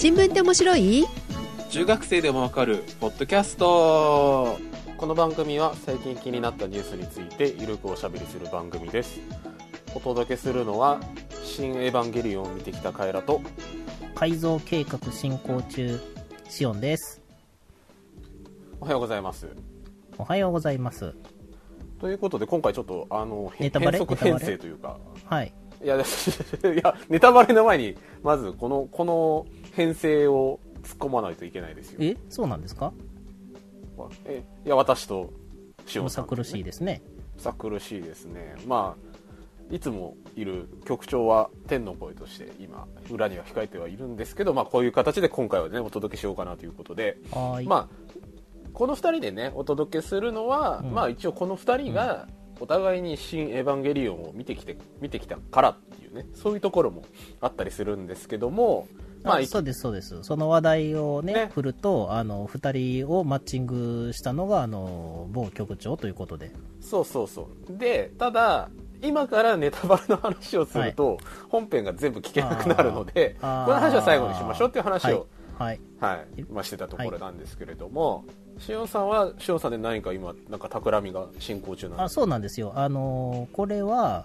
新聞って面白い？ 中学生でもわかるポッドキャスト。この番組は最近気になったニュースについてゆるくおしゃべりする番組です。お届けするのは新エヴァンゲリオンを見てきたカエラと改造計画進行中シオンです。 おはようございます。 おはようございます。 ということで今回ちょっとネタバレ変則編成というか、 はいいやネタバレの前にまずこの編成を突っ込まないといけないですよ。 そうなんですか？ いや私とシオンさん、 むさ苦しいですね。 むさ苦しいですね。まあいつもいる局長は天の声として今裏には控えてはいるんですけど、まあこういう形で今回はねお届けしようかなということで、まあこの2人でねお届けするのは、まあ一応この2人がお互いに新エヴァンゲリオンを見てきたからっていうね、そういうところもあったりするんですけども、まあ、 そうですそうです。その話題をね振ると2人をマッチングしたのが某局長ということで、 そうで、ただ今からネタバレの話をすると、本編が全部聞けなくなるので、この話は最後にしましょうっていう話をしてたところなんですけれども、しおんさんはしおんさんで何か今なんか企みが進行中なんですか？ そうなんですよ。これは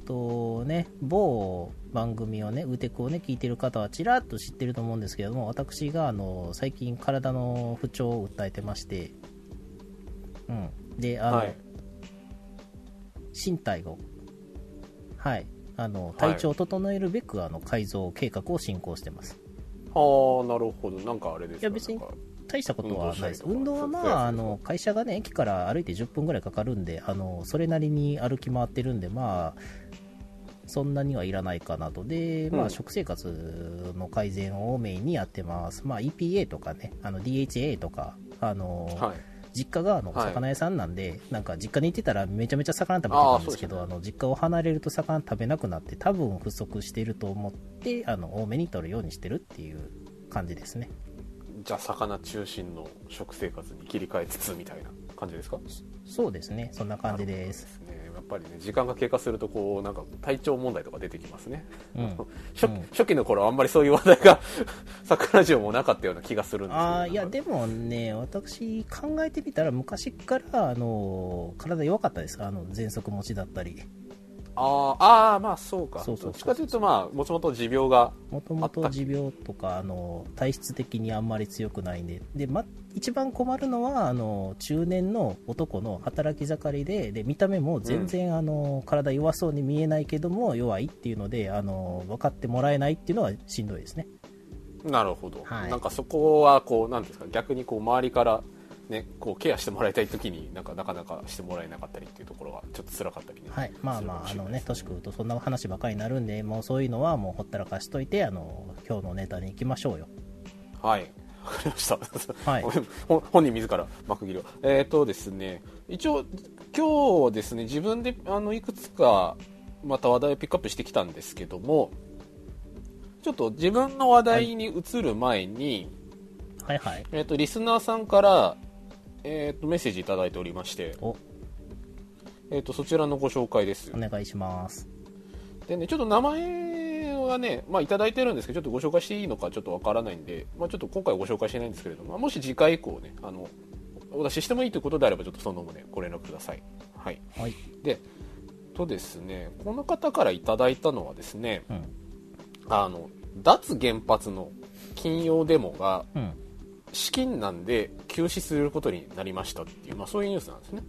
某番組をねウテクをね聞いてる方はちらっと知ってると思うんですけれども、私が最近体の不調を訴えてまして、で身体を体調を整えるべく改造計画を進行してます。 なるほど。なんかあれですか？ いや別に大したことはないです。運動はまあ会社がね駅から歩いて10分ぐらいかかるんでそれなりに歩き回ってるんで、まあそんなにはいらないかなと。で、まあ食生活の改善をメインにやってます。まあ EPA とかねDHA とか実家がお魚屋さんなんで、なんか実家に行ってたらめちゃめちゃ魚食べてたんですけど、実家を離れると魚食べなくなって多分不足していると思って多めに取るようにしてるっていう感じですね。 じゃあ魚中心の食生活に切り替えつつみたいな感じですか？ そうですね、そんな感じです。 やっぱりね時間が経過するとこうなんか体調問題とか出てきますね。初期の頃はあんまりそういう話題がサクラジオもなかったような気がするんですけど。 いやでもね、私考えてみたら昔から体弱かったです。喘息持ちだったり。まあそうか。どっちかというとまあもともと持病がもともと持病とか体質的にあんまり強くないんで、一番困るのは中年の男の働き盛りで見た目も全然、体弱そうに見えないけども弱いっていうので分かってもらえないっていうのはしんどいですね。 なるほど、なんかそこはこうなんですか、逆にこう周りからね、こうケアしてもらいたいときになかなかしてもらえなかったりっていうところがちょっと辛かったりね。 まあ年食うとそんな話ばかりになるんで、もうそういうのはもうほったらかしといて今日のネタに行きましょうよ。 わかりました。本人自ら幕切りを。ですね、一応今日ですね自分でいくつかまた話題をピックアップしてきたんですけども、ちょっと自分の話題に移る前に、リスナーさんからメッセージいただいておりまして、そちらのご紹介です。 お願いします。 でね、ちょっと名前はね、いただいてるんですけど、ちょっとご紹介していいのかちょっとわからないんで、ちょっと今回はご紹介してないんですけれども、もし次回以降ねお出ししてもいいということであればちょっとその旨ご連絡ください。でですね、この方からいただいたのはですね、脱原発の禁用デモが、資金難で休止することになりましたっていう、そういうニュースなんですね。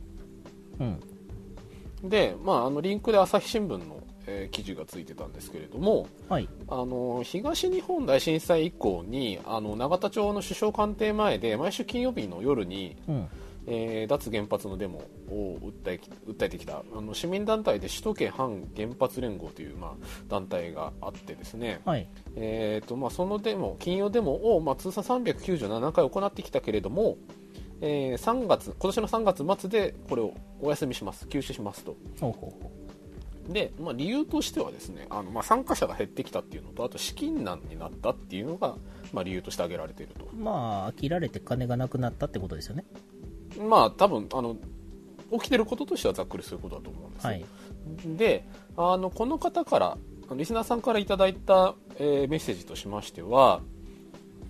で、リンクで朝日新聞の、記事がついてたんですけれども、東日本大震災以降に永田町の首相官邸前で毎週金曜日の夜に、脱原発のデモを訴えてきた市民団体で首都圏反原発連合という、団体があってですね、そのデモ金曜デモを、通算397回行ってきたけれども、今年の3月末でこれをお休みします、休止しますと。で、理由としてはですね、参加者が減ってきたっていうのと、あと資金難になったっていうのが、理由として挙げられていると。 飽きられて金がなくなったってことですよね。 多分起きてることとしてはざっくりすることだと思うんですよ。でこの方からリスナーさんからいただいた、メッセージとしましては、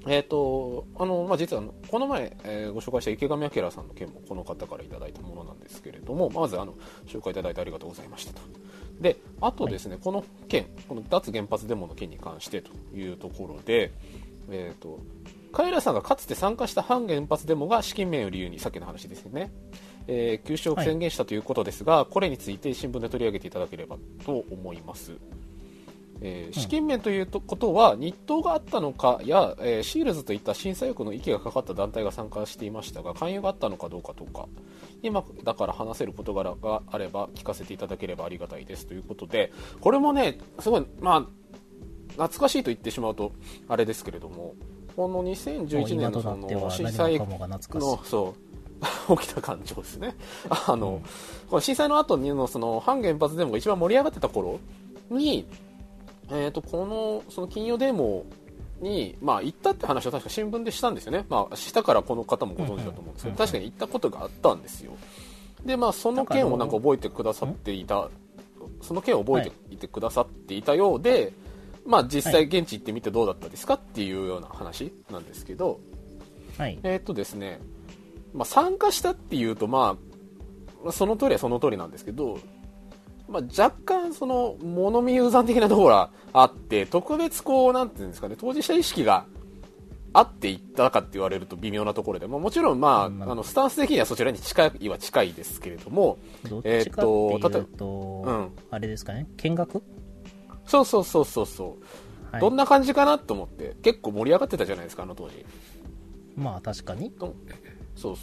実はこの前、ご紹介した池上彰さんの件もこの方からいただいたものなんですけれども、まず紹介いただいてありがとうございましたと。で、あとですね、この件、この脱原発デモの件に関してというところで、カイラさんがかつて参加した反原発デモが資金面を理由に、さっきの話ですよね、休止を宣言したということですが、これについて新聞で取り上げていただければと思います。資金面ということは日当があったのかや、シールズといった審査欲の息がかかった団体が参加していましたが、勧誘があったのかどうかとか、今だから話せる事柄があれば聞かせていただければありがたいですということで、これもねすごい、懐かしいと言ってしまうとあれですけれども、この2011年のその震災の起きた感情ですね。この震災の後にその反原発デモが一番盛り上がってた頃に、その金曜デモに、行ったって話は確か新聞でしたんですよね。したからこの方もご存知だと思うんですけど、確かに行ったことがあったんですよ。で、その件をなんか覚えてくださっていた、その件を覚えていてくださっていたようで、実際現地行ってみてどうだったですかっていうような話なんですけど、ですね、参加したっていうと、その通りはその通りなんですけど、若干その物見遊山的なところがあって、特別なんていうんですかね、当事者意識があっていったかって言われると微妙なところで、もちろんスタンス的にはそちらに近いですけれども、 どっちかっていうと、あれですかね、見学？ そう、どんな感じかなと思って結構盛り上がってたじゃないですか、あの当時。 確かに。 そう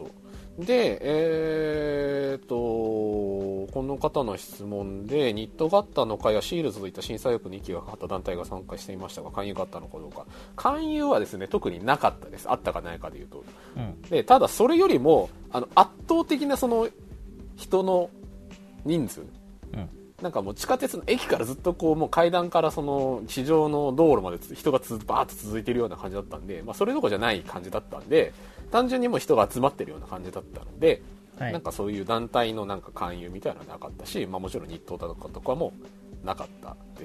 で、この方の質問で、ニットがあったのかやシールズといった審査欲に息がかかった団体が参加していましたが、勧誘があったのかどうか。勧誘はですね、特になかったです。あったかないかでいうと。で、ただそれよりも圧倒的なその人の人数、なんかもう地下鉄の駅からずっともう階段からその地上の道路まで人がバーッと続いているような感じだったんで、それどころじゃない感じだったんで、単純にもう人が集まってるような感じだったので、なんかそういう団体のなんか勧誘みたいなのはなかったし、もちろん日当だとかもなかったです。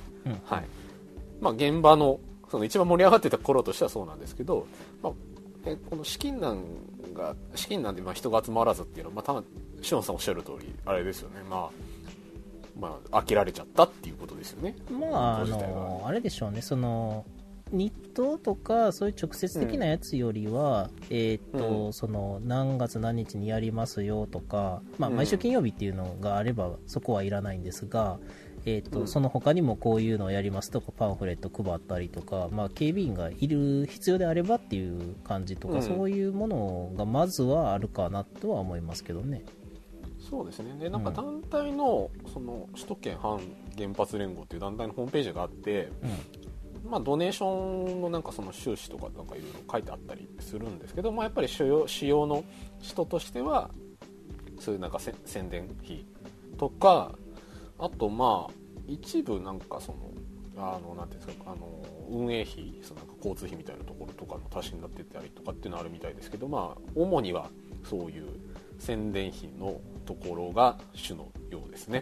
現場のその一番盛り上がってた頃としてはそうなんですけど、この資金難で人が集まらずっていうのは、シオンさんおっしゃる通りあれですよね。飽きられちゃったっていうことですよね。 あれでしょうね、その日当とかそういう直接的なやつよりは、その何月何日にやりますよとか、毎週金曜日っていうのがあればそこはいらないんですが、その他にもこういうのをやりますとかパンフレット配ったりとか、警備員がいる必要であればっていう感じとか、そういうものがまずはあるかなとは思いますけどね。 そうですね。で、なんか団体のその首都圏反原発連合っていう団体のホームページがあって、ドネーションのなんかその収支とかなんかいろいろ書いてあったりするんですけど、やっぱり主要の人としてはそういうなんか宣伝費とか、あと一部なんかそのなんていうんですか、運営費、そのなんか交通費みたいなところとかの足しになってたりとかっていうのはあるみたいですけど、主にはそういう宣伝費のところが主のようですね。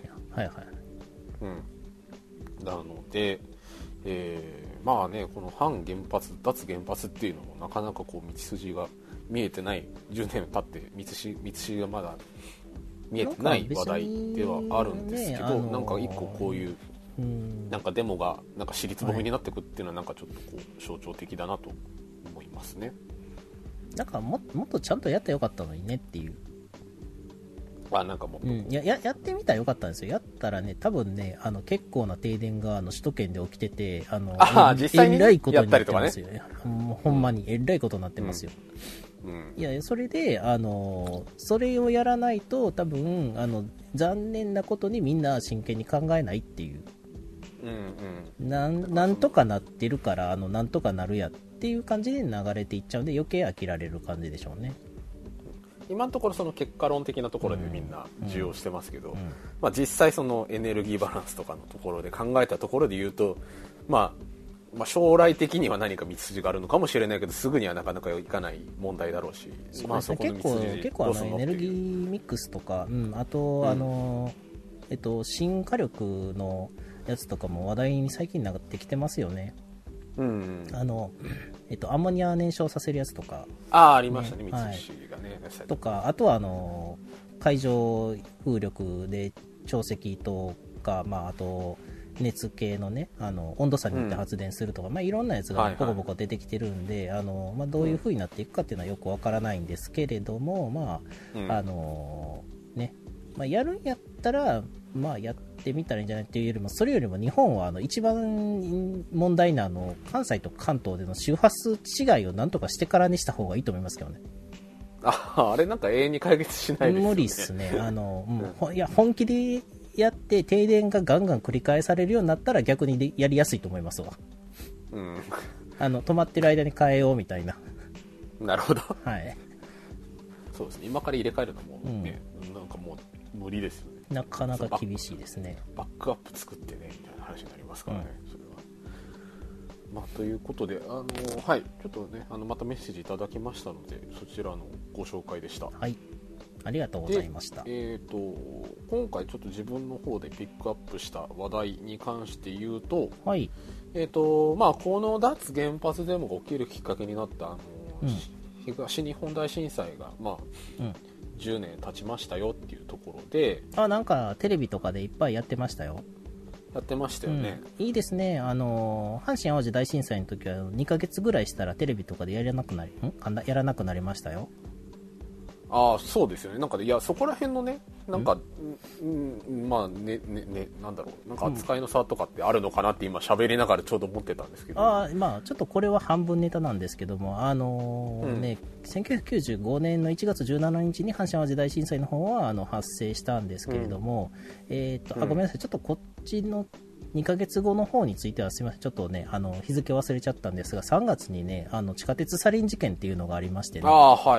なので、この反原発脱原発っていうのもなかなか道筋が見えてない、10年経って道筋がまだ見えてない話題ではあるんですけど、なんか一個こういうなんかデモがなんか尻つぼみになっていくっていうのはなんかちょっと象徴的だなと思いますね。 なんかもっとちゃんとやったらよかったのにねっていう。 なんかもう、 やってみたらよかったんですよ。やったらね、多分ね、結構な停電が首都圏で起きてて、 実際にえらいことになってますよね。ほんまにえらいことになってますよ。いや、それでそれをやらないと多分残念なことにみんな真剣に考えないっていう、なんとかなってるからなんとかなるやっていう感じで流れていっちゃうんで、余計飽きられる感じでしょうね。 今のところその結果論的なところでみんな受容してますけど、実際そのエネルギーバランスとかのところで考えたところで言うと、将来的には何か道筋があるのかもしれないけど、すぐにはなかなかいかない問題だろうし、 そこの道筋結構エネルギーミックスとか、あと新火力のやつとかも話題に最近なってきてますよね。 アンモニア燃焼させるやつとか、 ありましたね、三菱がね、 とか、あとは海上風力で潮汐とか、あと熱系のね、温度差によって発電するとか、いろんなやつがボコボコ出てきてるんで、どういう風になっていくかっていうのはよくわからないんですけれども、やるんやったら、やってみたらいいんじゃないっていうよりも、それよりも日本は一番問題な関西と関東での周波数違いをなんとかしてからにした方がいいと思いますけどね。 あれなんか永遠に解決しないですよね。 無理っすね。いや、本気でやって停電がガンガン繰り返されるようになったら逆にやりやすいと思いますわ。止まってる間に変えようみたいな。 なるほど。 はい。 そうですね。今から入れ替えるのもね、なんかもう無理ですよね。 なかなか厳しいですね。 バックアップ作ってねみたいな話になりますからね。それは。ということで、はい、ちょっとね、またメッセージいただきましたので、そちらのご紹介でした。 はい。ありがとうございました。 今回ちょっと自分の方でピックアップした話題に関して言うと、 はい。 この脱原発デモが起きるきっかけになった東日本大震災が10年経ちましたよっていうところで、 なんかテレビとかでいっぱいやってましたよ。 やってましたよね。 いいですね。阪神・淡路大震災の時は2ヶ月ぐらいしたらテレビとかでやらなくなりましたよ。 そうですよね。なんかいや、そこら辺のね、なんかなんだろう、なんか扱いの差とかってあるのかなって今喋りながらちょうど思ってたんですけど、 ちょっとこれは半分ネタなんですけども、1995年の1月17日に阪神・淡路大震災の方は発生したんですけれども、ごめんなさい、ちょっとこっちの2ヶ月後の方についてはすみません、ちょっとね日付忘れちゃったんですが、3月にね地下鉄サリン事件っていうのがありましてね、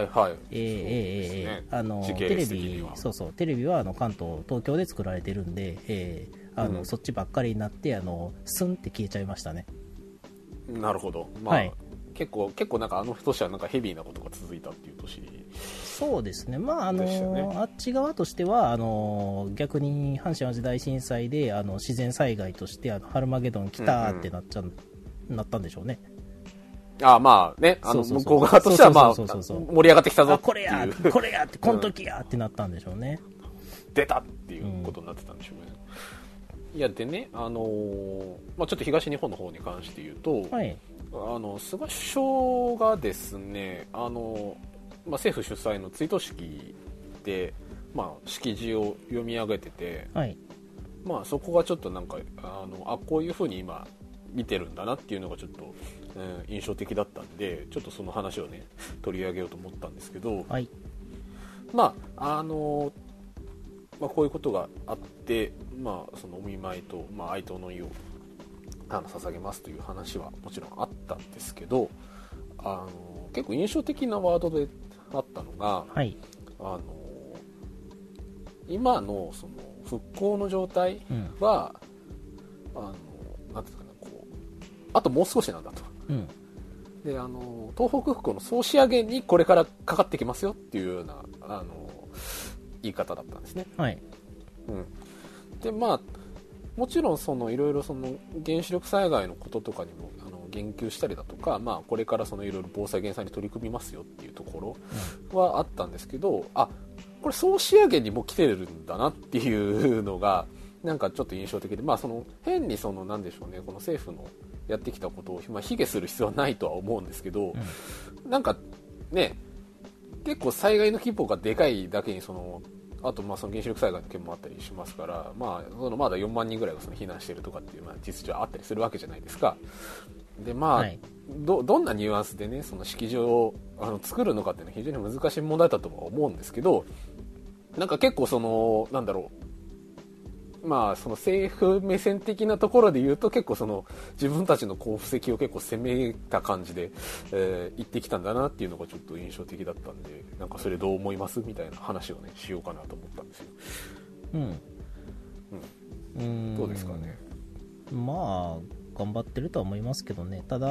テレビは関東、東京で作られてるんで、そっちばっかりになってスンって消えちゃいましたね。 なるほど。 はい、 結構なんか年はなんかヘビーなことが続いたっていう年。 そうですね。あっち側としては逆に阪神・淡路大震災で自然災害としてハルマゲドン来たってなったんでしょうね。 向こう側としては盛り上がってきたぞっていう、 これやってこの時やってなったんでしょうね。 出たっていうことになってたんでしょうね。いやでね、ちょっと東日本の方に関して言うと、 はい、 菅首相がですね、政府主催の追悼式で、式辞を読み上げてて、 はい、 そこがちょっとなんかこういう風に今見てるんだなっていうのがちょっと、印象的だったんで、ちょっとその話をね取り上げようと思ったんですけど、 はい、 こういうことがあって、そのお見舞いと、哀悼の意を捧げますという話はもちろんあったんですけど、結構印象的なワードであったのが、 はい、 今のその復興の状態は、なんていうかな、あともう少しなんだと、で東北復興の総仕上げにこれからかかってきますよっていうような言い方だったんですね。 はい、 でもちろんいろいろ原子力災害のこととかにも言及したりだとか、これからいろいろ防災減災に取り組みますよっていうところはあったんですけど、これ総仕上げにも来てるんだなっていうのがなんかちょっと印象的で、変になんでしょうね、この政府のやってきたことを卑下する必要はないとは思うんですけど、なんかね、結構災害の規模がでかいだけにあとその原子力災害の件もあったりしますから、まだ4万人ぐらいが避難しているとかっていう実情はあったりするわけじゃないですか。でどんなニュアンスでねその式場を作るのかっていうのは非常に難しい問題だとは思うんですけど、なんか結構なんだろう、その政府目線的なところで言うと結構自分たちの布石を結構攻めた感じで、言ってきたんだなっていうのがちょっと印象的だったんで、なんかそれどう思いますみたいな話をねしようかなと思ったんですよ。どうですかね。 頑張ってるとは思いますけどね。ただ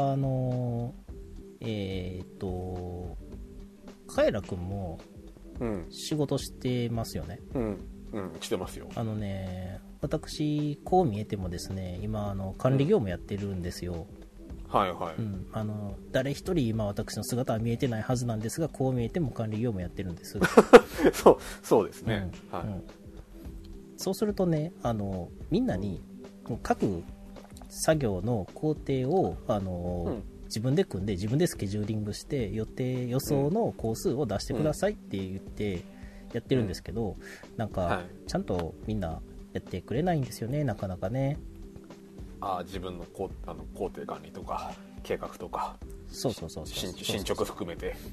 カエラ君も仕事してますよね。 してますよ。 私こう見えてもですね、今管理業務やってるんですよ。 はいはい、 誰一人今私の姿は見えてないはずなんですが、こう見えても管理業務やってるんですそうですね、はい、 そうするとね、みんなに各作業の工程を自分で組んで自分でスケジューリングして予想の工数を出してくださいって言ってやってるんですけど、なんかちゃんとみんなやってくれないんですよね、なかなかね。 自分の工程管理とか計画とか進捗含めて、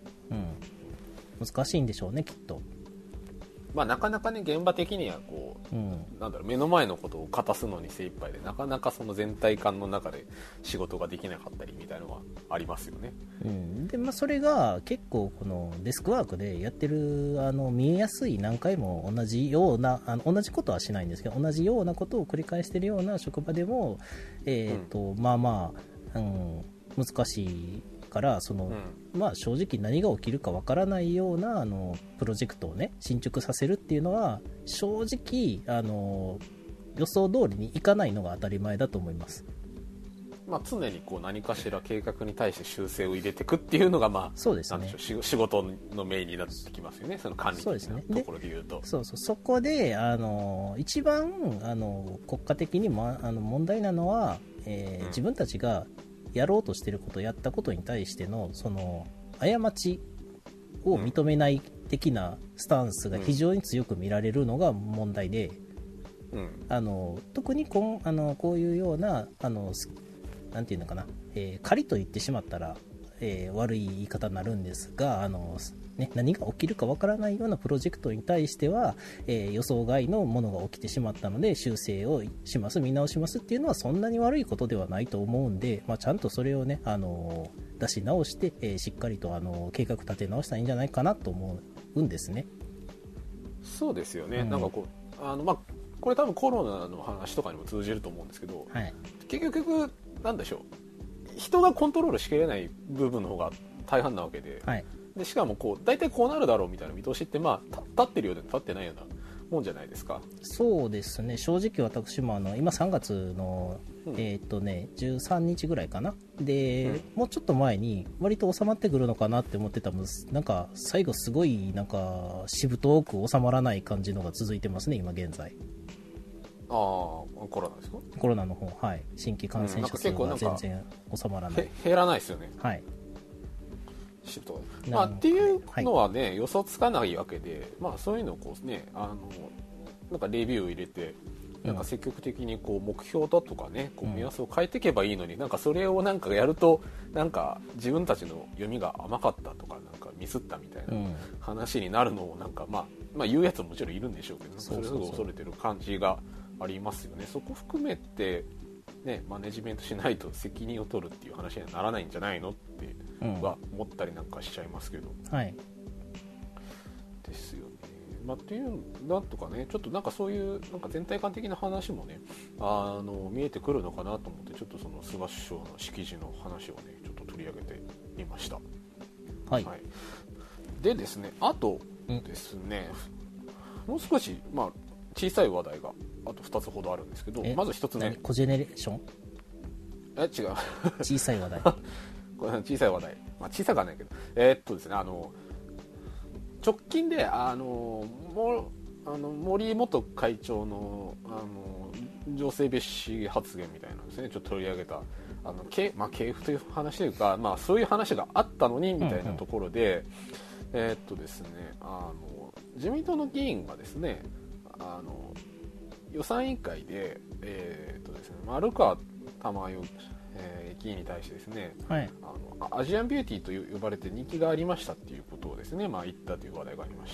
難しいんでしょうね、きっと。 なかなかね、現場的にはこう、なんだろう、目の前のことをかたすのに精一杯で、なかなかその全体感の中で仕事ができなかったりみたいなのはありますよね。 で、それが結構このデスクワークでやってる見えやすい、何回も同じような同じことはしないんですけど、同じようなことを繰り返しているような職場でも、難しいから正直何が起きるかわからないようなプロジェクトをね進捗させるっていうのは正直予想通りにいかないのが当たり前だと思います。 常にこう何かしら計画に対して修正を入れていくっていうのがそうですね、 なんでしょう、仕事のメインになってきますよね、その管理的なところでいうと。 そこで一番国家的にも問題なのは、自分たちがやろうとしていること、やったことに対してのその過ちを認めない的なスタンスが非常に強く見られるのが問題で、特にこういうようななんていうのかな、仮と言ってしまったら、悪い言い方になるんですが、何が起きるかわからないようなプロジェクトに対しては、予想外のものが起きてしまったので修正をします、見直しますっていうのはそんなに悪いことではないと思うんで、ちゃんとそれをね、出し直して、しっかりと計画立て直したらいいんじゃないかなと思うんですね。 そうですよね、なんかこうこれ多分コロナの話とかにも通じると思うんですけど、結局なんでしょう、人がコントロールしきれない部分の方が大半なわけで、でしかもこう大体こうなるだろうみたいな見通しって立ってるようで立ってないようなもんじゃないですか。 そうですね、正直私も今3月の、13日ぐらいかなで、もうちょっと前に割と収まってくるのかなって思ってたもん、なんか最後すごいなんかしぶとく収まらない感じのが続いてますね、今現在。 コロナですか？ コロナの方、新規感染者数が全然収まらない、 減らないですよね。っていうのはね、予想つかないわけで、そういうのをこうね、なんかレビューを入れて、なんか積極的にこう目標だとかね、こう目安を変えていけばいいのに、なんかそれをなんかやると、なんか自分たちの読みが甘かったとか、なんかミスったみたいな話になるのをなんか言うやつももちろんいるんでしょうけど、それを恐れてる感じがありますよね。そこ含めてね、マネジメントしないと責任を取るっていう話にはならないんじゃないのっては思ったりなんかしちゃいますけど、ですよね。っていうなんとかね、ちょっとなんかそういうなんか全体感的な話もね、見えてくるのかなと思って、ちょっとその菅首相の式辞の話をねちょっと取り上げてみました。でですね、あとですね、もう少し小さい話題があと2つほどあるんですけど、まず1つ目、 コジェネレーション？違う小さい話題小さい話題、小さくはないけど、ですね、直近で森元会長の女性蔑視発言みたいなですね、ちょっと取り上げた系譜という話というか、そういう話があったのにみたいなところで、ですね、自民党の議員がですね、予算委員会で、ですね、丸川珠代、議員に対してですね、アジアンビューティーと呼ばれて人気がありましたっていうことをですね、言ったという話題がありまして、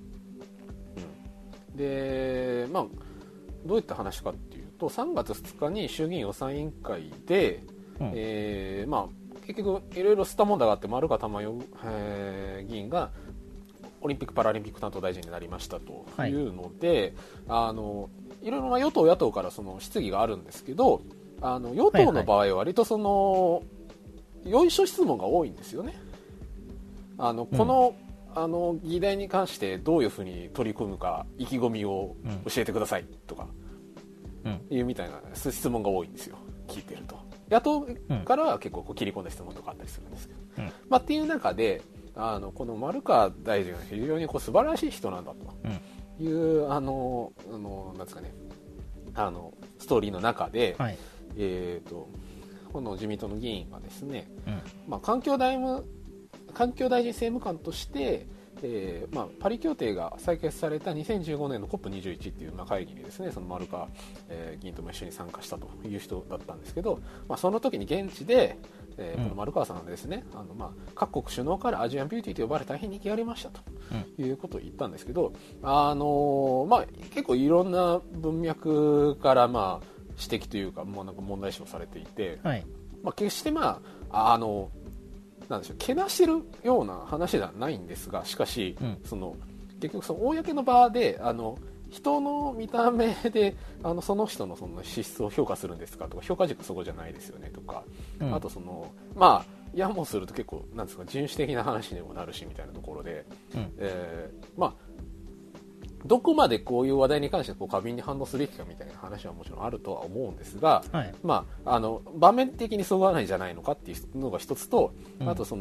で、どういった話かっていうと、3月2日に衆議院予算委員会で、結局いろいろ吸った問題があって、丸川珠代、議員がオリンピック・パラリンピック担当大臣になりましたというので、いろいろ与党野党からその質疑があるんですけど、与党の場合は割とその、よいしょ質問が多いんですよね。この議題に関してどういうふうに取り組むか意気込みを教えてくださいとかいうみたいな質問が多いんですよ、聞いてると。 野党からは結構こう切り込んだ質問とかあったりするんですけど、まあ、っていう中でこの丸川大臣が非常にこう素晴らしい人なんだという、なんですかね、ストーリーの中で、はい、この自民党の議員がですね、まあ、環境大臣政務官としてまあ、パリ協定が採決された2015年の COP21 っていう、まあ、会議にですね、その丸川、議員とも一緒に参加したという人だったんですけど、まあ、その時に現地で、この丸川さんはですね、まあ、各国首脳からアジアンビューティーと呼ばれ大変人気ありましたということを言ったんですけど、まあ、結構いろんな文脈からまあ指摘というか、もうなんか問題視をされていて、はい、まあ、決してまあなんでしょう、けなしてるような話ではないんですが、しかし、結局その公の場で人の見た目でその人のその資質を評価するんですかとか、評価軸そこじゃないですよねとか、あとまあやもすると結構なんですか、人種的な話にもなるしみたいなところで、まあどこまでこういう話題に関してこう過敏に反応すべきかみたいな話はもちろんあるとは思うんですが、はい、まあ、場面的にそぐわないんじゃないのかっていうのが一つと、あと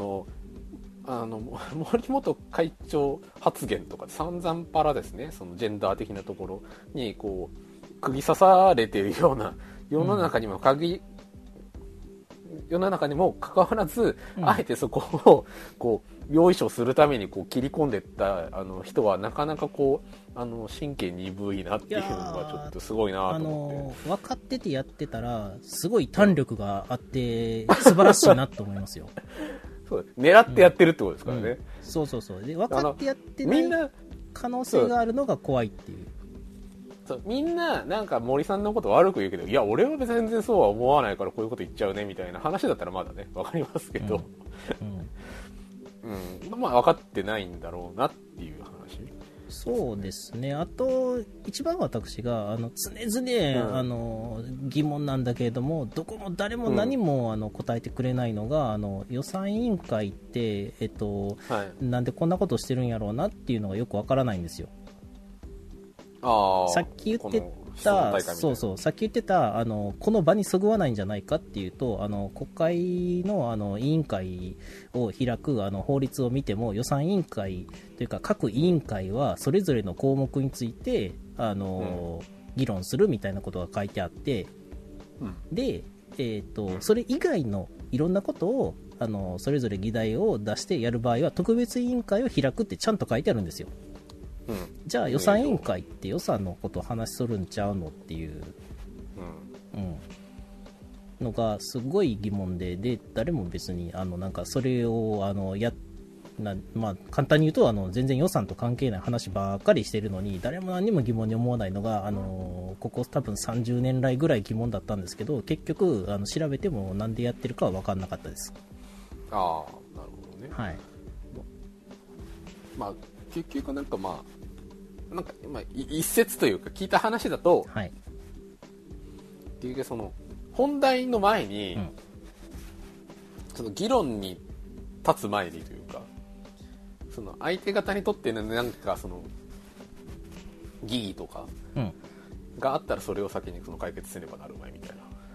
森本会長発言とか散々パラですね、そのジェンダー的なところにこう釘刺されているような世の中にも世の中にもかかわらず、あえてそこをこう用意書するためにこう切り込んでいった人はなかなかこう神経鈍いなっていうのがちょっとすごいなと思って、 分かっててやってたらすごい胆力があって素晴らしいなと思いますよ。 そう狙ってやってるってことですからね、 そうで分かってやってない可能性があるのが怖いっていう。 みんななんか森さんのこと悪く言うけど、いや俺は別に全然そうは思わないからこういうこと言っちゃうねみたいな話だったらまだね分かりますけど、まあ分かってないんだろうなっていう話。 そうですね。あと一番私が常々、疑問なんだけれども、どこも誰も何も答えてくれないのが、予算委員会って、はい、なんでこんなことしてるんやろうなっていうのがよくわからないんですよ。さっき言ってた、さっき言ってたこの場にそぐわないんじゃないかっていうと、国会の委員会を開く法律を見ても、予算委員会というか各委員会はそれぞれの項目について議論するみたいなことが書いてあって、で、それ以外のいろんなことをそれぞれ議題を出してやる場合は特別委員会を開くってちゃんと書いてあるんですよ。じゃあ予算委員会って予算のことを話しとるんちゃうのっていう、のがすごい疑問で、誰も別になんかそれをまあ、簡単に言うと全然予算と関係ない話ばっかりしてるのに誰も何も疑問に思わないのがここ多分30年来ぐらい疑問だったんですけど、結局調べてもなんでやってるかは分かんなかったです。 ああ、なるほどね。 はい。 まあ結局なんか一説というか聞いた話だと、はい、結局その本題の前に、その議論に立つ前にというか、その相手方にとってなんかその疑義とかがあったらそれを先にその解決せねばなるまいみたい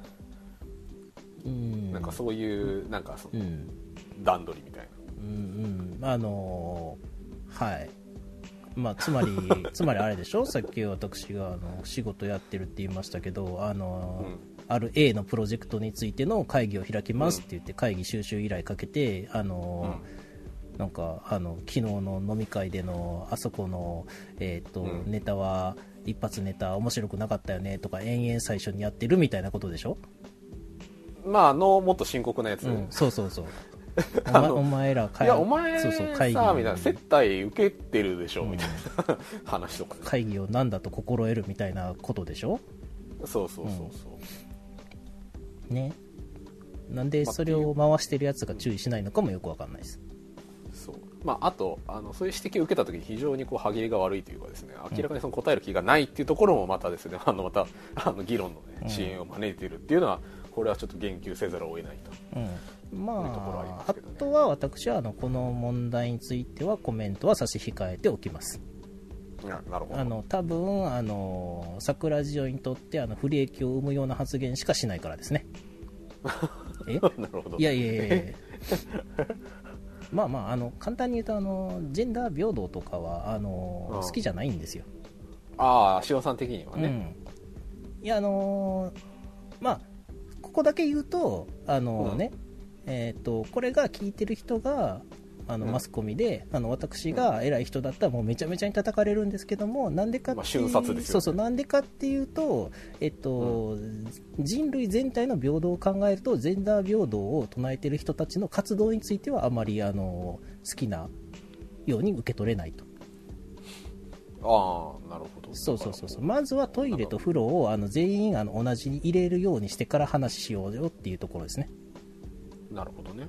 な、なんかそういうなんかその段取りみたいな、 はい。まあ、つまりあれでしょ、さっき私が仕事やってるって言いましたけど、ある A のプロジェクトについての会議を開きますって言って会議収集依頼かけて、なんか昨日の飲み会でのあそこの、ネタは一発ネタ面白くなかったよねとか延々最初にやってるみたいなことでしょ。 まあもっと深刻なやつ、 そうお前らいやお前会議さみたいな接待受けてるでしょ、みたいな話とか、ね、 会議をなんだと心得るみたいなことでしょ。 そうね。なんでそれを回してるやつが注意しないのかもよくわかんないです。 そう、まあ、あとそういう指摘を受けた時に非常にこう歯切れが悪いというかですね、明らかにその答える気がないっていうところもまたですね、また議論の、ね、遅延を招いているっていうのは、これはちょっと言及せざるを得ないと、 まあ、あとは私はこの問題についてはコメントは差し控えておきます。 なるほど。 多分桜ジオにとって不利益を生むような発言しかしないからですね。 なるほど。 いやいやいやいやまあまあ、簡単に言うとジェンダー平等とかは好きじゃないんですよ。 ああ、塩さん的にはね。 いやまあここだけ言うとね、これが聞いてる人がマスコミで私が偉い人だったらもうめちゃめちゃに叩かれるんですけども、なんでかっていう、 瞬殺ですよね。 そうそう、なんでかっていうと、人類全体の平等を考えるとジェンダー平等を唱えてる人たちの活動についてはあまり好きなように受け取れないと。 ああ、なるほど。 そうそうそうそう、まずはトイレと風呂を全員同じに入れるようにしてから話しようよっていうところですね。 なるほどね。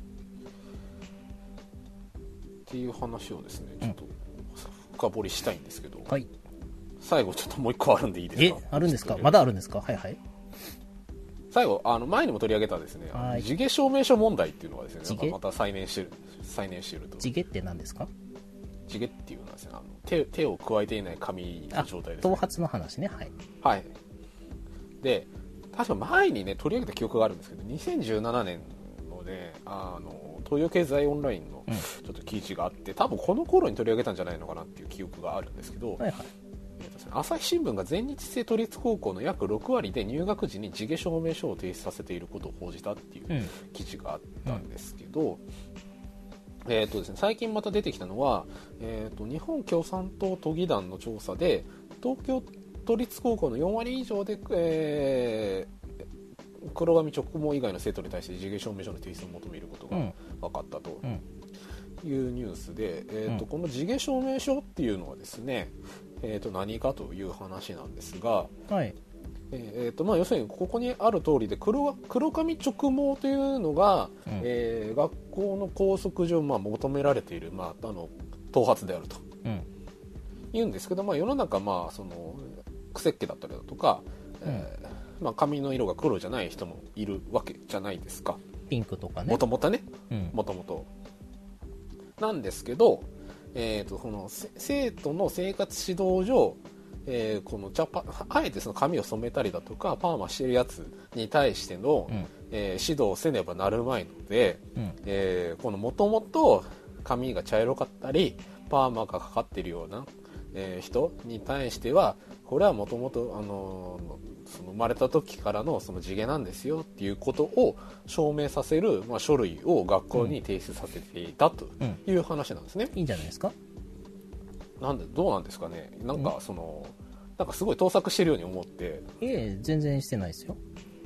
っていう話をですね、ちょっと深掘りしたいんですけど、 はい、 最後ちょっともう一個あるんでいいですか？ あるんですか？まだあるんですか？はいはい。 最後前にも取り上げたですね、地毛証明書問題っていうのがですね、なんかまた再燃してると。 地毛って何ですか？ 地毛っていうのはですね、手を加えていない髪の状態ですね。 頭髪の話ね。はい、 はい。で、確か前にね取り上げた記憶があるんですけど、2017年のね、東洋経済オンラインのちょっと記事があって、多分この頃に取り上げたんじゃないのかなっていう記憶があるんですけど、はいはい、朝日新聞が全日制都立高校の約6割で入学時に地毛証明書を提出させていることを報じたっていう記事があったんですけど、ですね、最近また出てきたのは、日本共産党都議団の調査で東京都立高校の4割以上で、黒髪直毛以外の生徒に対して地毛証明書の提出を求めることが分かったというニュースで、この地毛証明書っていうのはですね、何かという話なんですが、はい、要するにここにある通りで黒髪直毛というのが、学校の校則上、求められている、頭髪であると、言うんですけど、世の中、その癖っ気だったりだとか、髪の色が黒じゃない人もいるわけじゃないですか。 ピンクとかね、 もともとね、もともとなんですけど、その生徒の生活指導上、このあえてその髪を染めたりだとかパーマしてるやつに対しての、指導をせねばなるまいので、このもともと髪が茶色かったりパーマがかかってるような、人に対してはこれはもともと生まれた時からのその地毛なんですよっていうことを証明させる、書類を学校に提出させていたという話なんですね。 いいんじゃないですか。 どうなんですかね。なんかすごい盗作してるように思って。 全然してないですよ。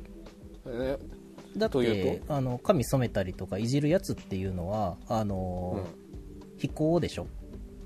だって髪染めたりとかいじるやつっていうのは非行でしょ。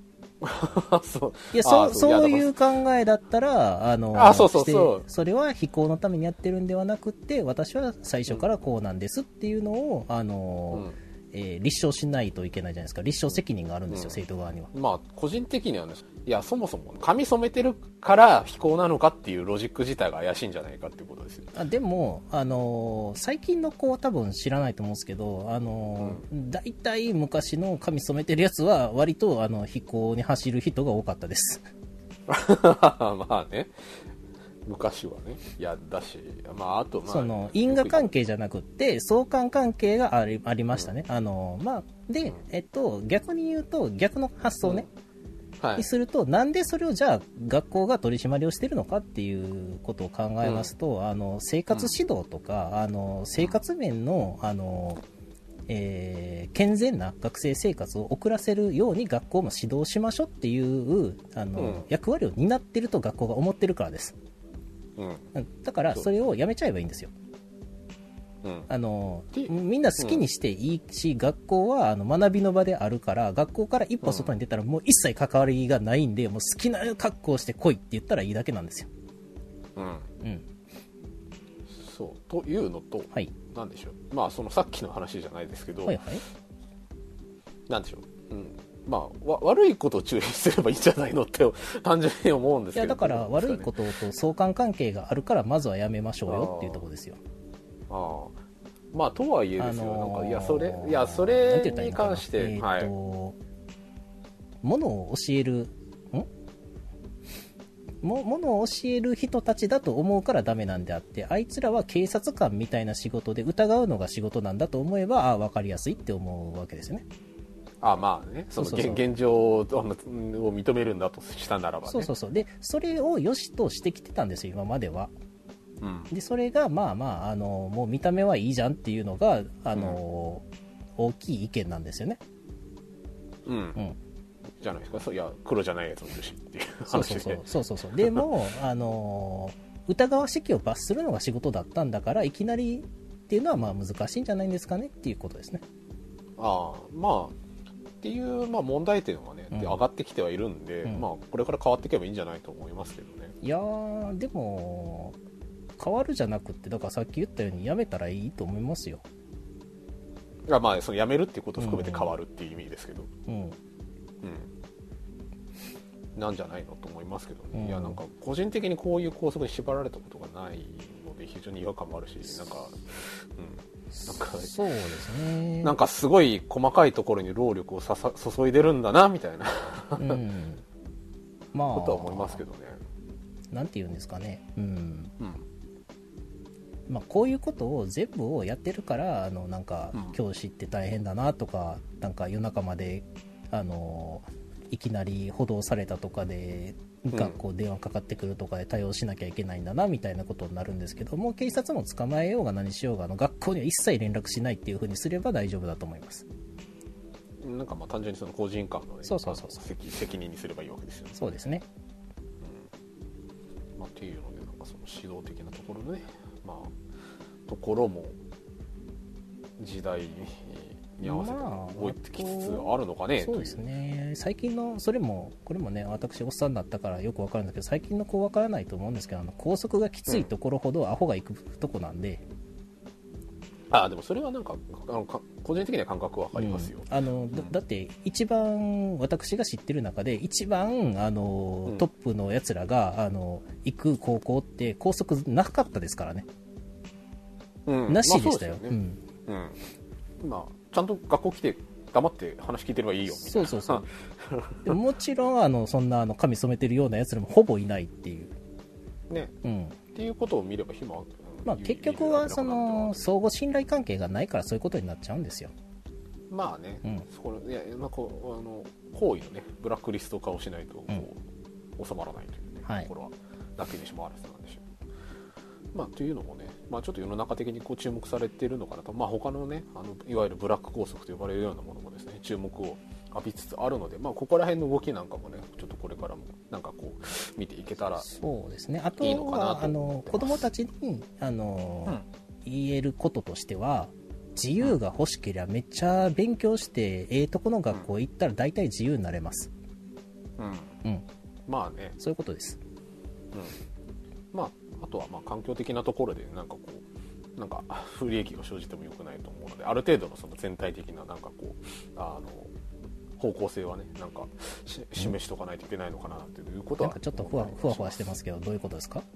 そういう考えだったらそれは非行のためにやってるんではなくて、私は最初からこうなんですっていうのを立証しないといけないじゃないですか。立証責任があるんですよ、生徒側には。個人的にはね、いやそもそも髪染めてるから非行なのかっていうロジック自体が怪しいんじゃないかっていうことですよ。 でも最近の子は多分知らないと思うんですけど、だいたい昔の髪染めてるやつは割と非行に走る人が多かったですまあね、昔はね。いやだし、あとその因果関係じゃなくって相関関係がありましたね。で、逆に言うと逆の発想ね、にすると、なんでそれをじゃあ学校が取り締まりをしてるのかっていうことを考えますと、生活指導とか生活面の健全な学生生活を送らせるように学校も指導しましょうっていう役割を担ってると学校が思ってるからです。だからそれをやめちゃえばいいんですよ。みんな好きにしていいし、学校は学びの場であるから、学校から一歩外に出たらもう一切関わりがないんで、もう好きな格好をして来いって言ったらいいだけなんですよ。 そうというのと、なんでしょう、そのさっきの話じゃないですけど、なんでしょう、悪いことを注意すればいいんじゃないのって単純に思うんですけど。 だから悪いことと相関関係があるからまずはやめましょうよっていうところですよ。 とはいえですよ、それに関して、ものを教えるものを教える人たちだと思うからダメなんであって、あいつらは警察官みたいな仕事で疑うのが仕事なんだと思えば、分かりやすいって思うわけですよね。 まあね、その現状を認めるんだとしたならばね。 そうで、それを良しとしてきてたんですよ、今までは。でそれがもう見た目はいいじゃんっていうのが大きい意見なんですよね。 じゃないですか。いや、黒じゃないやつもいるしっていう話で。 そうでも疑わしきを罰するのが仕事だったんだから、いきなりっていうのは難しいんじゃないんですかねっていうことですね。 っていう、問題点はね、上がってきてはいるんで、これから変わっていけばいいんじゃないと思いますけどね。 いやー、でも変わるじゃなくて、だからさっき言ったようにやめたらいいと思いますよ。 そのやめるっていうことを含めて変わるっていう意味ですけど、なんじゃないのと思いますけどね。いや、なんか個人的にこういう校則に縛られたことがないので非常に違和感もあるし、 そうですね。 なんかすごい細かいところに労力を注いでるんだなみたいなことは思いますけどね。 なんて言うんですかね。こういうことを全部をやってるからなんか教師って大変だなとか、なんか夜中までいきなり補導されたとかで学校電話かかってくるとかで対応しなきゃいけないんだなみたいなことになるんですけども、警察も捕まえようが何しようが学校には一切連絡しないっていう風にすれば大丈夫だと思います。 なんか単純にその個人間の、ね、責任にすればいいわけですよね。 そうですね。 っていうので、なんかその指導的なところのね、ところも時代に合わせて動いてきつつあるのかね。 そうですね。最近のこれもね、私おっさんになったからよくわかるんですけど、最近の子わからないと思うんですけど、校則がきついところほどアホが行くとこなんで。 でもそれはなんか個人的には感覚わかりますよ。 だって一番私が知ってる中で一番トップのやつらが行く高校って校則なかったですからね。なしでしたよ。 ちゃんと学校来て黙って話聞いてればいいよみたいな。 そうでもちろんそんな髪染めてるようなやつらもほぼいないっていうね、っていうことを見れば暇結局はその相互信頼関係がないからそういうことになっちゃうんですよ。 行為のねブラックリスト化をしないと収まらないというね、ところはだけにしもあらずなんでしょう。というのもね、ちょっと世の中的に注目されているのかなと。他のねいわゆるブラック校則と呼ばれるようなものもですね注目を浴びつつあるので、ここら辺の動きなんかもねちょっとこれからもなんか見ていけたらいいのかなと。 そうですね。あとは子供たちに言えることとしては、自由が欲しければめっちゃ勉強してとこの学校行ったら大体自由になれます。そういうことです。 あとは環境的なところでなんか不利益が生じてもよくないと思うので、ある程度のその全体的ななんか方向性はねなんか示しとかないといけないのかなということは。 なんかちょっとふわふわしてますけど、どういうことですか？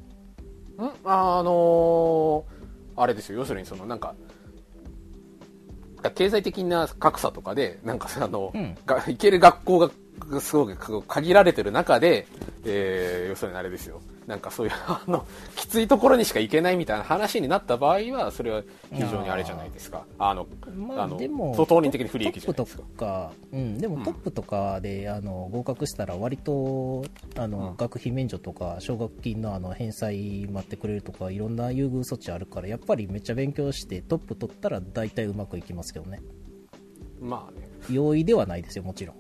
あれですよ、要するにそのなんか経済的な格差とかでなんか行ける学校がすごく限られてる中で、要するにあれですよ、なんかそういうきついところにしか行けないみたいな話になった場合はそれは非常にあれじゃないですか。 でも当人的に不利益じゃないですか。でもトップとかで合格したら割と学費免除とか奨学金の返済待ってくれるとかいろんな優遇措置あるから、やっぱりめっちゃ勉強してトップ取ったら大体うまくいきますけどね。容易ではないですよ、もちろん。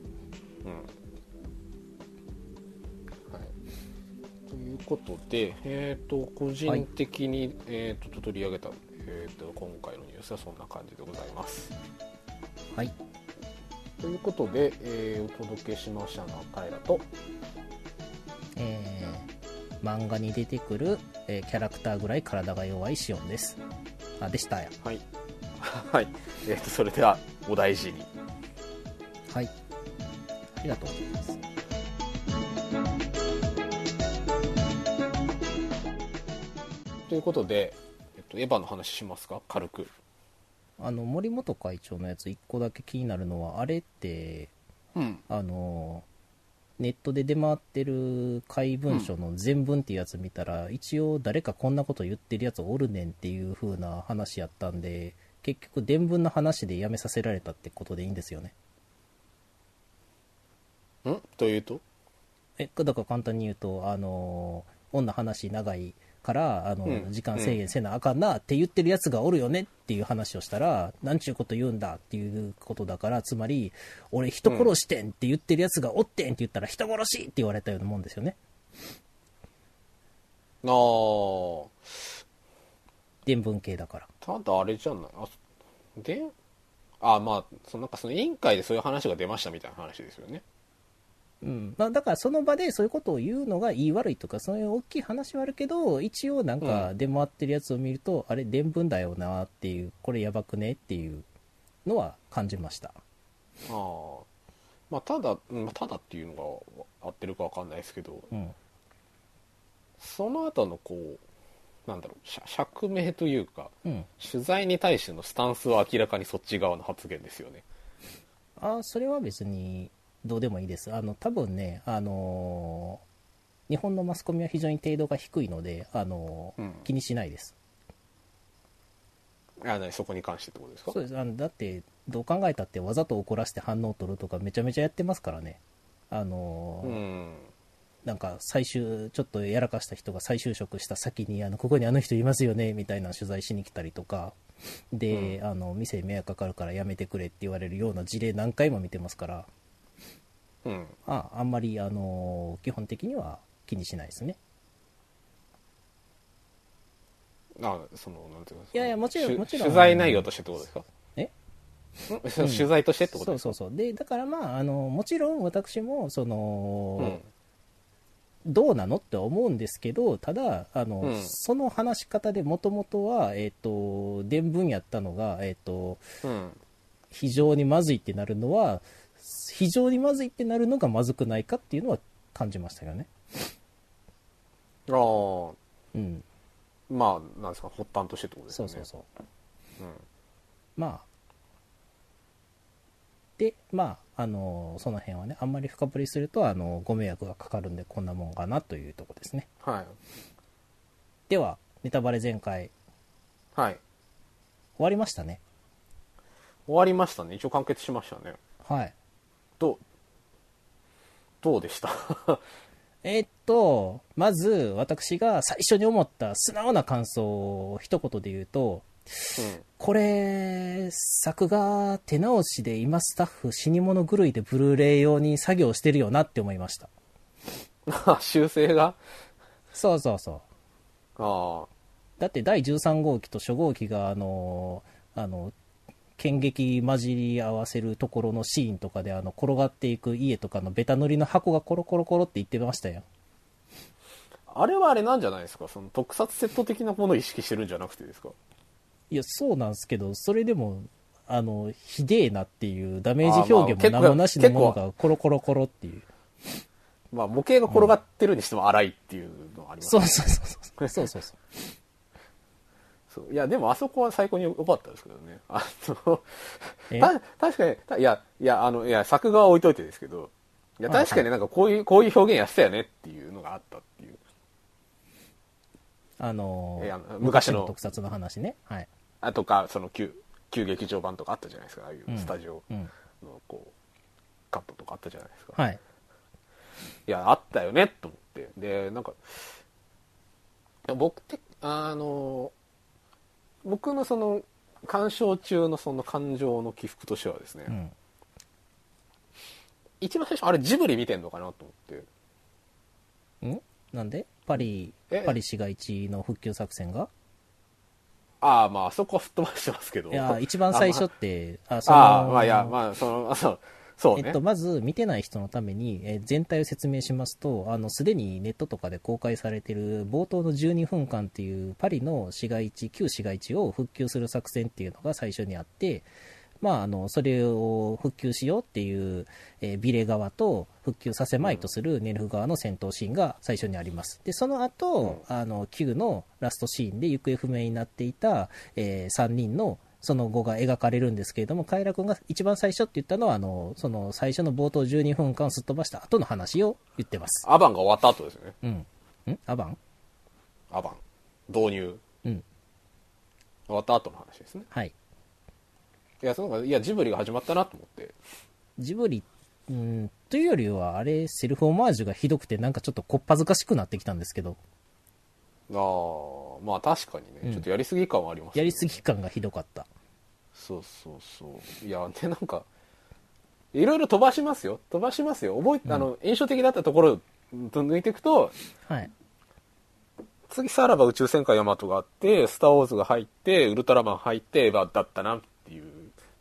ということで、個人的に、取り上げた、今回のニュースはそんな感じでございます。 はい。 ということで、お届けしましたのは平と、 漫画に出てくる、キャラクターぐらい体が弱いシオンです。でしたよ。 はい。はい。それではお大事に。 はい。ありがとうございます。 ということで、エヴァの話しますか、軽く。 森本会長のやつ1個だけ気になるのは、あれって、 ネットで出回ってる怪文書の全文っていうやつ見たら、一応誰かこんなこと言ってるやつおるねんっていう風な話やったんで、結局伝聞の話でやめさせられたってことでいいんですよね。 というとだから簡単に言うと、女話長いから時間制限せなあかんなって言ってるやつがおるよねっていう話をしたら、なんちゅうこと言うんだっていうことだから、つまり俺人殺してんって言ってるやつがおってんって言ったら人殺しって言われたようなもんですよね。伝聞系だから。 ただあれじゃないまあなんかその委員会でそういう話が出ましたみたいな話ですよね。 だからその場でそういうことを言うのが言い悪いとかそういう大きい話はあるけど、一応なんか出回ってるやつを見ると、あれ伝聞だよなっていう、これやばくねっていうのは感じました。 まあただっていうのが合ってるか分かんないですけど、その後のこうなんだろう釈明というか、取材に対してのスタンスは明らかにそっち側の発言ですよね。 それは別にどうでもいいです。多分ね、日本のマスコミは非常に程度が低いので、気にしないです。 そこに関してってことですか？ そうです。だってどう考えたってわざと怒らせて反応を取るとかめちゃめちゃやってますからね。なんかちょっとやらかした人が再就職した先にここにあの人いますよねみたいな取材しに来たりとかで、店に迷惑かかるからやめてくれって言われるような事例何回も見てますから、あんまり基本的には気にしないですね。 なんていうんですか。 いやもちろん取材内容としてってことですか？取材としてってことですか？ そうでだからもちろん私もどうなのって思うんですけど、ただその話し方でもともとは伝聞やったのが非常にまずいってなるのは非常にまずいってなるのがまずくないかっていうのは感じましたよね。 まあなんですか、発端としてってことですね。 そうでその辺はねあんまり深掘りするとご迷惑がかかるんでこんなもんかなというところですね。ではネタバレ全開終わりましたね。 終わりましたね。一応完結しましたね。どうでしたまず私が最初に思った素直な感想を一言で言うと、これ作画手直しで今スタッフ死に物狂いでブルーレイ用に作業してるよなって思いました。 修正がそうだって第13号機と初号機が剣撃混じり合わせるところのシーンとかで転がっていく家とかのベタ塗りの箱がコロコロコロって言ってましたよ。 あれはあれなんじゃないですか、その特撮セット的なものを意識してるんじゃなくてですか？ いやそうなんですけど、それでもひでえなっていうダメージ表現も何もなしのものがコロコロコロっていう、 模型が転がってるにしても荒いっていうのはありますね。そういやでもあそこは最高に良かったですけどね。確かにいや作画は置いといてですけど、いや確かになんかこういう表現やってたよねっていうのがあったっていう。昔の特撮の話ね。 とかその旧劇場版とかあったじゃないですか。ああいうスタジオのこうカットとかあったじゃないですか。いやあったよねと思って、でなんか僕のその鑑賞中のその感情の起伏としてはですね、一番最初あれジブリ見てんのかなと思って。 なんでパリ市街地の復旧作戦があそこは吹っ飛ばしてますけど、 いや一番最初ってそうね。 まず見てない人のために、全体を説明しますと、すでにネットとかで公開されている冒頭の12分間っていうパリの旧市街地を復旧する作戦っていうのが最初にあって、それを復旧しようっていう、ビレ側と復旧させまいとするネルフ側の戦闘シーンが最初にあります。でその後、旧のラストシーンで行方不明になっていた、3人のその後が描かれるんですけれども、カイラ君が一番最初って言ったのは、その最初の冒頭12分間をすっ飛ばした後の話を言ってます。 アバンが終わった後ですよね。アバン導入。終わった後の話ですね。 はい。 いや、ジブリが始まったなと思って。 ジブリ、というよりは、あれ、セルフオマージュがひどくて、なんかちょっとこっぱずかしくなってきたんですけど。 まあ確かにね、ちょっとやりすぎ感はありますね。 やりすぎ感がひどかった。 そう。いや、で、なんか、いろいろ飛ばしますよ。印象的だったところを抜いていくと、 はい。 次、さらば宇宙戦艦ヤマトがあって、スターウォーズが入って、ウルトラマン入って、エヴァだったなっていう。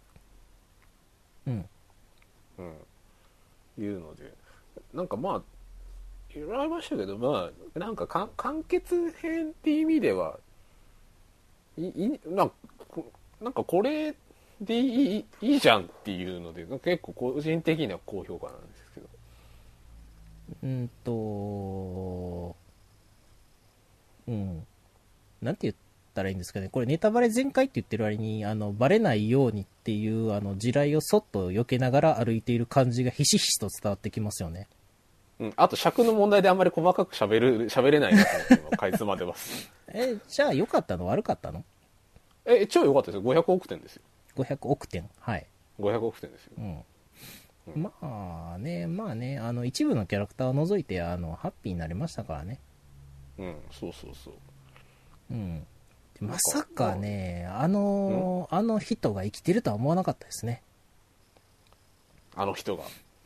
いうので、なんかまあ、いろいろありましたけど、まあ、なんか完結編っていう意味では、なんかこれでいいじゃんっていうので、結構個人的には高評価なんですけど。 なんて言ったらいいんですかね。これネタバレ全開って言ってる割に、バレないようにっていう、地雷をそっと避けながら歩いている感じがひしひしと伝わってきますよね。 あと尺の問題であんまり細かく喋れないなと思ってかいつまでます。 じゃあ良かったの悪かったの？ 超良かったですよ。500億点ですよ。 500億点。はい。 500億点ですよ。 まあね、一部のキャラクターを除いて、ハッピーになりましたからね。 そう。 まさかね、あの人が生きてるとは思わなかったですね。 あの人が。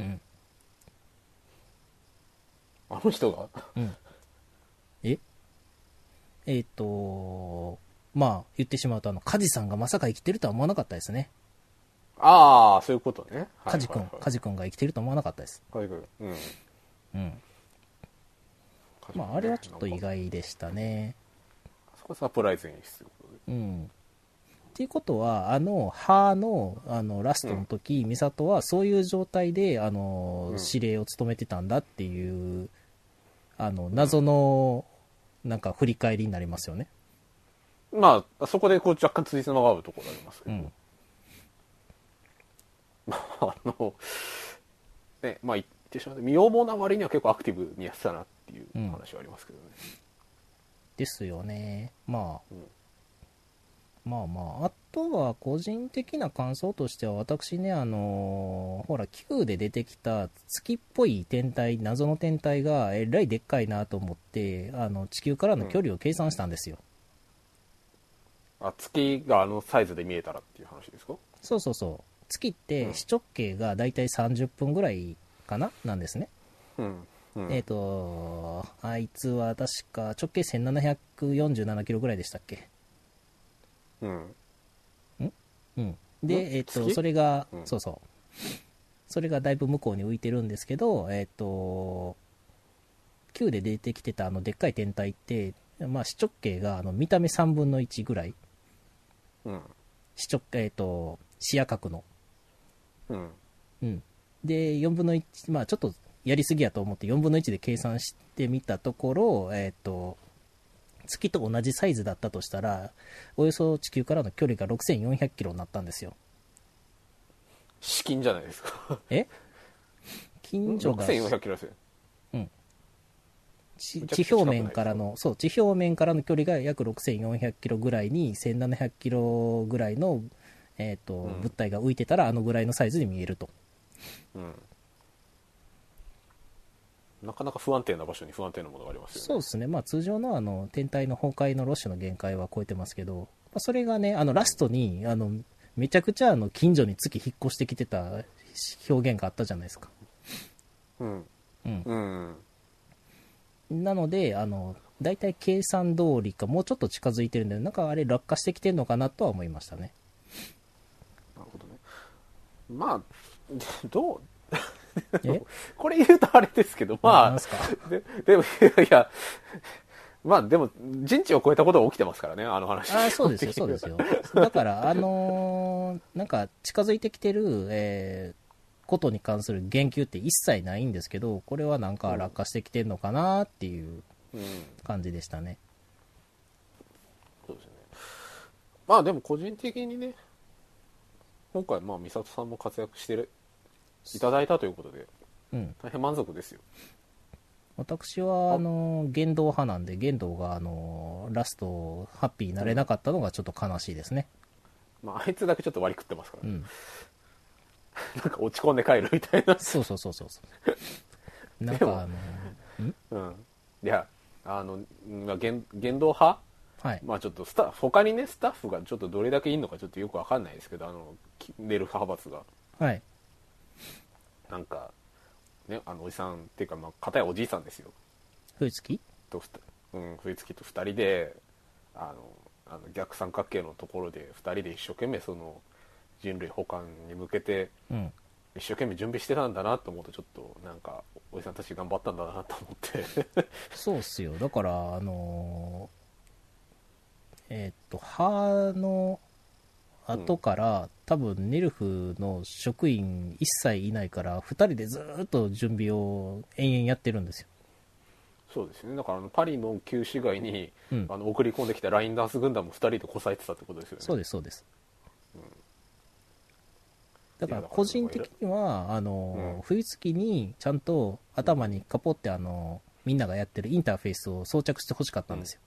あの人がまあ、言ってしまうと、梶さんがまさか生きてるとは思わなかったですね。 ああ、そういうことね。 梶君が生きてると思わなかったです。 梶君。 まあ、あれはちょっと意外でしたね。 そこはサプライズ演出ということで。 っていうことは、歯の、ラストの時、美里はそういう状態で、指令を務めてたんだっていう、謎の、なんか振り返りになりますよね。 まあ、そこで若干辻褄が合うところがありますけど。まあ言ってしまって、見ようもな割には結構アクティブにやってたなっていう話はありますけどね。 ですよね。まあ、あとは個人的な感想としては、私ね、ほら、Q で出てきた月っぽい天体、謎の天体がえらいでっかいなと思って、地球からの距離を計算したんですよ。 月があのサイズで見えたらっていう話ですか？ そう。月って視直径がだいたい30分ぐらいかななんですね。あいつは確か直径1747キロぐらいでしたっけ？で、それが、それがだいぶ向こうに浮いてるんですけど、Q で出てきてたでっかい天体って、まあ、視直径が見た目3分の1ぐらい。視野角の。で、4分の1、まあちょっとやりすぎやと思って4分の1で計算してみたところ、月と同じサイズだったとしたら、およそ地球からの距離が6400キロになったんですよ。 至近じゃないですか。 近所が。 6400キロですよ。 地表面からの距離が約6400キロぐらいに1700キロぐらいの、物体が浮いてたらあのぐらいのサイズに見えると。 なかなか不安定な場所に不安定なものがありますよね。 そうですね。まあ通常の天体の崩壊のロッシュの限界は超えてますけど、それがね、ラストに、めちゃくちゃ近所に月引っ越してきてた表現があったじゃないですか。なので、だいたい計算通りか、もうちょっと近づいてるんで、なんかあれ落下してきてるのかなとは思いましたね。 なるほどね。まあ、どうこれ言うとあれですけど、まあ、でも、いや、まあでも、人知を超えたことが起きてますからね、あの話。 そうですよ。だから、なんか近づいてきてる、ことに関する言及って一切ないんですけど、これはなんか落下してきてるのかなっていう感じでしたね。 そうですね。 まあでも個人的にね、今回まあ美里さんも活躍していただいたということで、大変満足ですよ。 私は言動派なんで、言動がラストハッピーになれなかったのがちょっと悲しいですね。 まああいつだけちょっと割り食ってますからね。なんか落ち込んで帰るみたいな。 そうなんかいや言動派、 はい、 まあちょっと他にねスタッフがちょっとどれだけいるのかちょっとよくわかんないですけど、ネルフ派閥が、 はい、 なんかね、おじさんっていうか、まあ片やおじいさんですよ。 冬月と冬月と2人で逆三角形のところで2人で一生懸命その人類補完に向けて一生懸命準備してたんだなと思うと、ちょっとなんかおじさんたち頑張ったんだなと思ってそうっすよ。だから歯の後から、多分ネルフの職員一切いないから2人でずっと準備を延々やってるんですよ。 そうですね。だからパリの旧市街に、送り込んできたラインダンス軍団も2人でこさえてたってことですよね。 そうです、だから個人的には冬月にちゃんと頭にカポってみんながやってるインターフェースを装着してほしかったんですよ。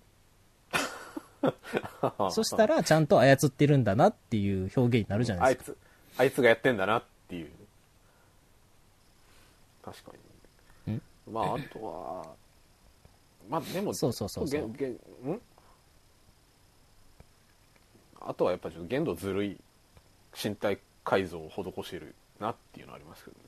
そしたらちゃんと操ってるんだなっていう表現になるじゃないですか。 あいつがやってんだなっていう。確かに。まああとはまあでもそうあとはやっぱちょっと限度ずるい身体改造を施してるなっていうのはありますけどね。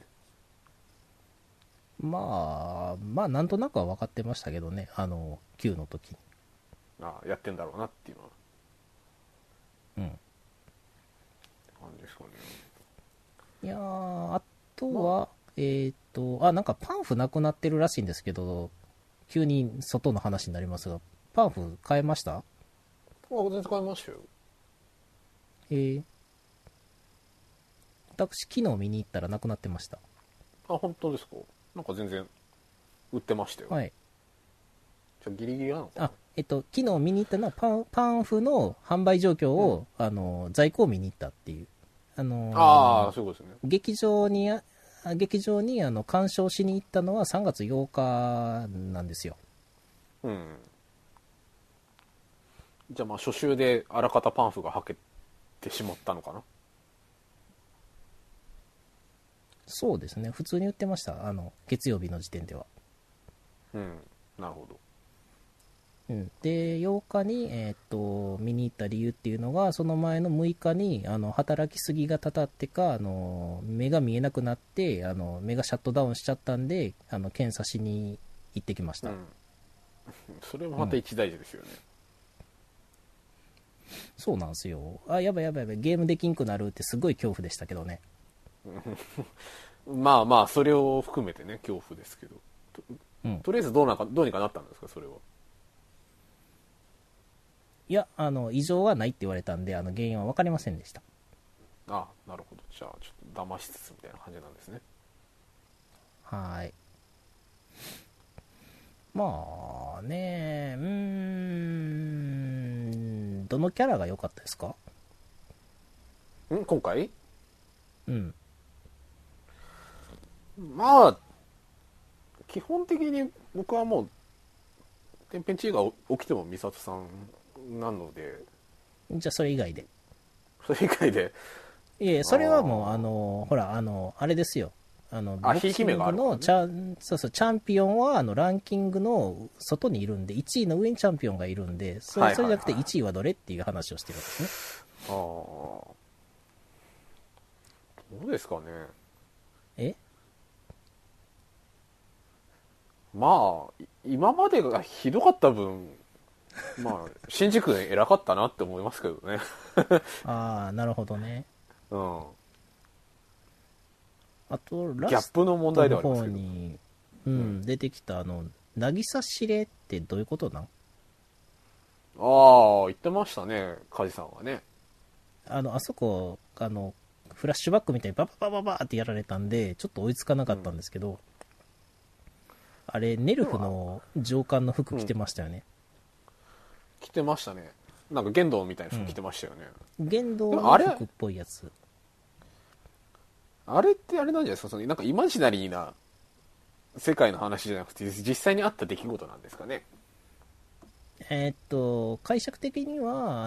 まあなんとなくは分かってましたけどね、Q の時にやってんだろうなっていうのは感じですかね。 いやあとは、なんかパンフなくなってるらしいんですけど、急に外の話になりますが、パンフ買えました？ 全然買いましたよ。 私昨日見に行ったらなくなってました。 本当ですか？なんか全然売ってましたよ。 はい。 じゃギリギリなのかな。 昨日見に行ったのはパンフの販売状況を、在庫を見に行ったっていう。 そういうことですね。 劇場に鑑賞しに行ったのは3月8日なんですよ。 じゃあまあ初週であらかたパンフがはけてしまったのかな。 そうですね、普通に売ってました、月曜日の時点では。 なるほど。 で8日に、見に行った理由っていうのが、その前の6日に働きすぎがたたってか目が見えなくなって目がシャットダウンしちゃったんで検査しに行ってきました。 それもまた一大事ですよね。 そうなんですよ。やばいゲームできんくなるってすごい恐怖でしたけどね。 まあまあそれを含めてね恐怖ですけど、とりあえずどうにかなったんですか、それは。 いや異常はないって言われたんで原因は分かりませんでした。 なるほど。じゃあちょっと騙しつつみたいな感じなんですね。 はい。まあね、どのキャラが良かったですか？ 今回？ まあ基本的に僕はもう天変地異が起きても美里さんなので。 じゃあそれ以外で。 それ以外で。 いやそれはもうほらあれですよ、ボクシングのチャンピオンはランキングの外にいるんで、1位の上にチャンピオンがいるんで、それじゃなくて1位はどれっていう話をしてるんですね。 どうですかね。まあ今までがひどかった分まあ新宿偉かったなって思いますけどね。 なるほどね。あとギャップの問題ではありますけど、 ラストの方に、出てきた渚司令ってどういうことなん？ 言ってましたね、梶さんはね。 あそこフラッシュバックみたいにバババババってやられたんでちょっと追いつかなかったんですけど、あれネルフの上官の服着てましたよね。 着てましたね。 なんか剣道みたいな服着てましたよね、 剣道の服っぽいやつ。 あれってあれなんじゃないですか、そのなんかイマジナリーな世界の話じゃなくて実際にあった出来事なんですかね。 解釈的には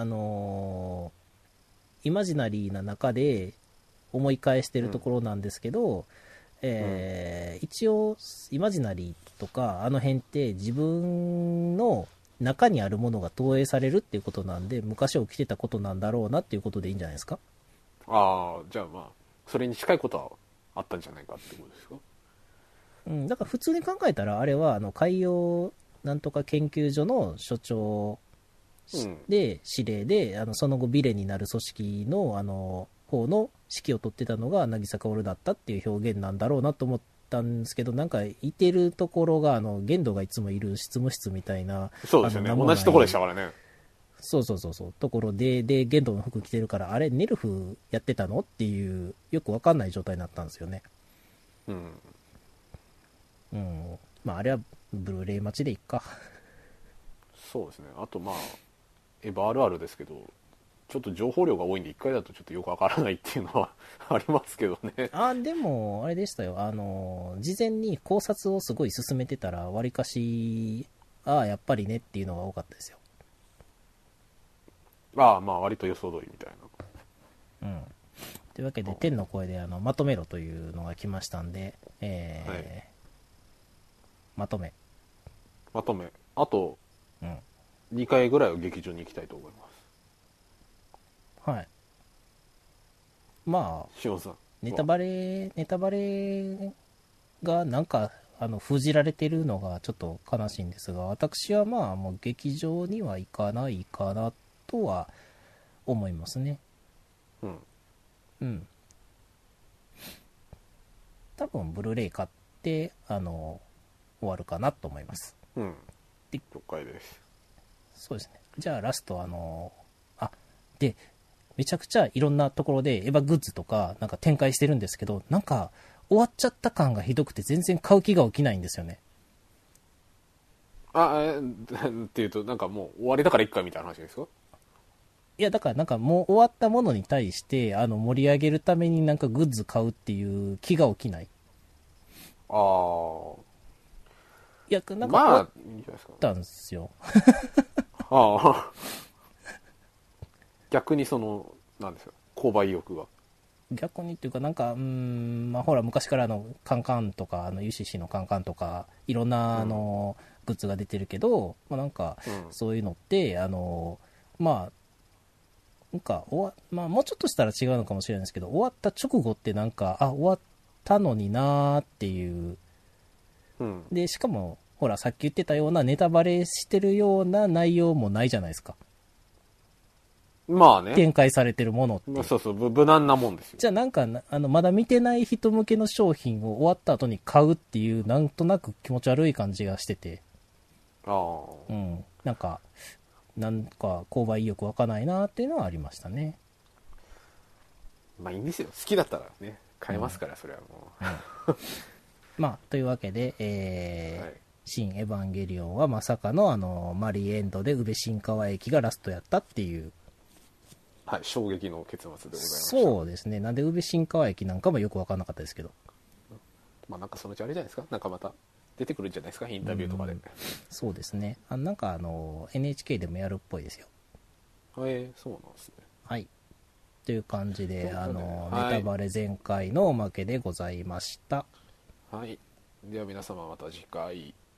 イマジナリーな中で思い返してるところなんですけど、一応イマジナリーとかあの辺って自分の中にあるものが投影されるっていうことなんで、昔起きてたことなんだろうなっていうことでいいんじゃないですか。 ああ、じゃあまあそれに近いことはあったんじゃないかってことですか。 だから普通に考えたらあれは海洋なんとか研究所の所長で、司令でその後ビレになる組織の方の指揮を取ってたのが渚薫だったっていう表現なんだろうなと思ったんですけど、なんかいてるところが玄道がいつもいる執務室みたいな、 そうですよね、同じところでしたからね。 そうところで玄道の服着てるから、あれネルフやってたのっていうよくわかんない状態になったんですよね。まああれはブルーレイ待ちでいっか。 そうですね。あとまあエヴァあるあるですけど、ちょっと情報量が多いんで1回だとちょっとよくわからないっていうのはありますけどね。 でもあれでしたよ、事前に考察をすごい進めてたら、わりかしやっぱりねっていうのが多かったですよ。 まあ割と予想通りみたいな。というわけで天の声でまとめろというのが来ましたんで、まとめあと、2回ぐらいは劇場に行きたいと思います。 はい。まあしおんさん、 ネタバレがなんか封じられてるのがちょっと悲しいんですが、私はまあもう劇場には行かないかなとは思いますね。多分ブルーレイ買って終わるかなと思います。 了解です。 そうですね。じゃあラストでめちゃくちゃいろんなところでエヴァグッズとかなんか展開してるんですけど、なんか終わっちゃった感がひどくて全然買う気が起きないんですよね。 っていうとなんかもう終わりだからいっかみたいな話ですか。 いやだからなんかもう終わったものに対して盛り上げるためになんかグッズ買うっていう気が起きない。いやなんか終わったんですよ。 逆になんですか、購買意欲が。 逆にっていうかなんかほら昔からカンカンとかUCC のカンカンとかいろんなグッズが出てるけど、なんかそういうのってなんかもうちょっとしたら違うのかもしれないですけど、終わった直後ってなんか終わったのになーっていう、でしかもほらさっき言ってたようなネタバレしてるような内容もないじゃないですか。 まあね、 展開されてるものって。 そう無難なもんですよ。 じゃあなんかまだ見てない人向けの商品を終わった後に買うっていうなんとなく気持ち悪い感じがしてて、なんか購買意欲湧かないなっていうのはありましたね。 まあいいんですよ、好きだったらね買えますから、それはもう、 まあというわけで、新エヴァンゲリオンはまさかのマリーエンドで宇部新川駅がラストやったっていう、 衝撃の結末でございました。 そうですね。なんで宇部新川駅なんかもよく分からなかったですけど、 なんかそのうちあれじゃないですか、なんかまた出てくるんじゃないですか、インタビューとかで。 そうですね。なんかNHK でもやるっぽいですよ。 そうなんですね。 はい。という感じで、ネタバレ全開のおまけでございました。 はい。では皆様また次回。